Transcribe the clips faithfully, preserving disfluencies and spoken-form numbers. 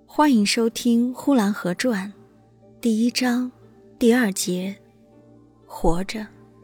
欢迎收听《呼兰河传》第一章第二节，活着。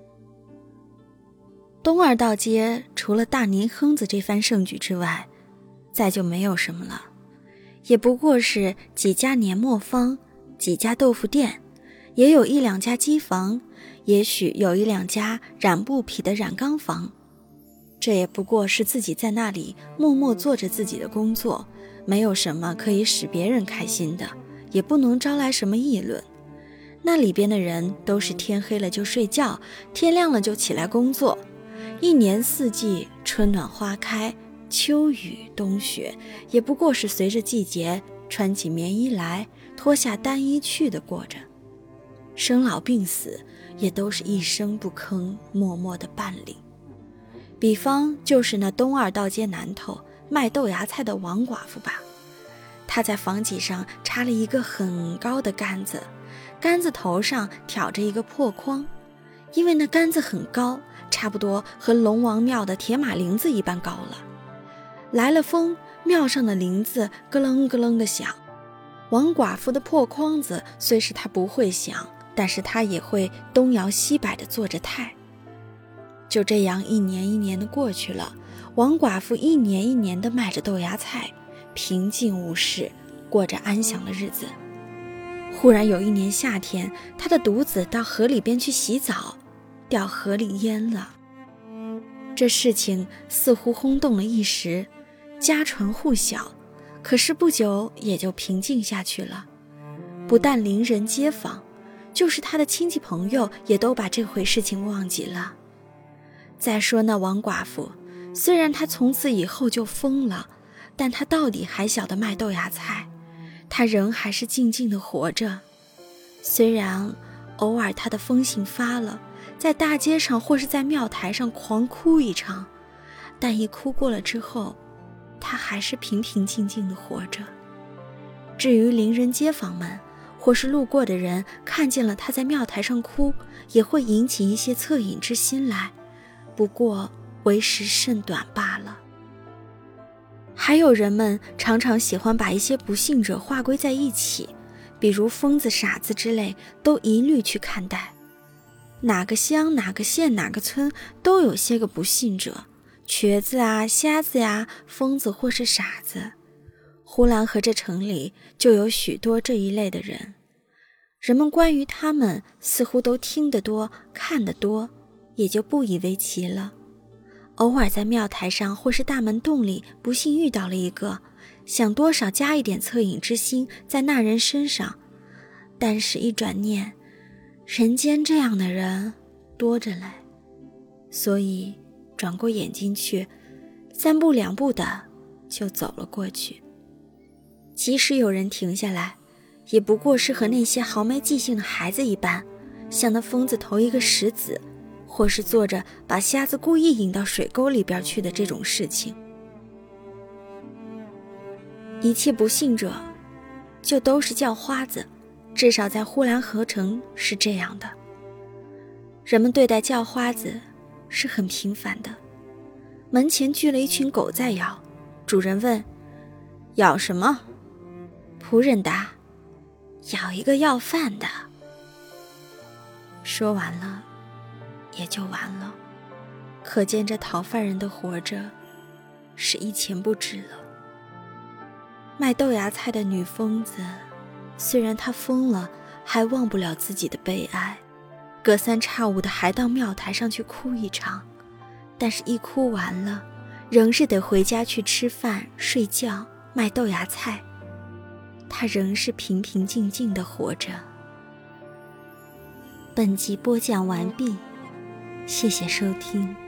东二道街除了大年亨子这番盛举之外，再就没有什么了，也不过是几家年磨坊，几家豆腐店，也有一两家机房，也许有一两家染布匹的染缸房。这也不过是自己在那里默默做着自己的工作，没有什么可以使别人开心的，也不能招来什么议论。那里边的人都是天黑了就睡觉，天亮了就起来工作，一年四季，春暖花开，秋雨冬雪，也不过是随着季节穿起棉衣来，脱下单衣去的过着。生老病死也都是一声不吭，默默的办理。比方就是那东二道街南头卖豆芽菜的王寡妇吧，她在房脊上插了一个很高的杆子，杆子头上挑着一个破筐，因为那杆子很高，差不多和龙王庙的铁马铃子一般高了。来了风，庙上的铃子咯楞咯楞的响。王寡妇的破筐子虽是她不会响，但是她也会东摇西摆地做着态。就这样一年一年的过去了，王寡妇一年一年的卖着豆芽菜，平静无事，过着安详的日子。忽然有一年夏天，她的独子到河里边去洗澡，掉河里淹了。这事情似乎轰动了一时，家传户晓，可是不久也就平静下去了。不但邻人街坊，就是他的亲戚朋友也都把这回事情忘记了。再说那王寡妇，虽然她从此以后就疯了，但她到底还晓得卖豆芽菜，她仍还是静静地活着。虽然偶尔她的疯性发了，在大街上或是在庙台上狂哭一场，但一哭过了之后，她还是平平静静地活着。至于邻人街坊们或是路过的人看见了她在庙台上哭，也会引起一些恻隐之心来，不过为时甚短罢了。还有人们常常喜欢把一些不幸者划归在一起，比如疯子傻子之类，都一律去看待。哪个乡哪个县哪个村都有些个不幸者，瘸子啊瞎子呀、疯子或是傻子。呼兰河这城里就有许多这一类的人，人们关于他们似乎都听得多看得多，也就不以为奇了。偶尔在庙台上或是大门洞里不幸遇到了一个，想多少加一点恻隐之心在那人身上，但是一转念，人间这样的人多着来，所以转过眼睛去，三步两步的就走了过去。即使有人停下来，也不过是和那些豪迈记性的孩子一般，向那疯子投一个石子，或是做着把瞎子故意引到水沟里边去的这种事情。一切不幸者就都是叫花子，至少在呼兰河城是这样的。人们对待叫花子是很平凡的。门前聚了一群狗在咬，主人问：咬什么？仆人答：咬一个要饭的。说完了也就完了，可见这讨饭人的活着是一钱不值了。卖豆芽菜的女疯子，虽然她疯了，还忘不了自己的悲哀，隔三差五的还到庙台上去哭一场，但是一哭完了，仍是得回家去吃饭睡觉卖豆芽菜，她仍是平平静静地活着。本集播讲完毕，谢谢收听。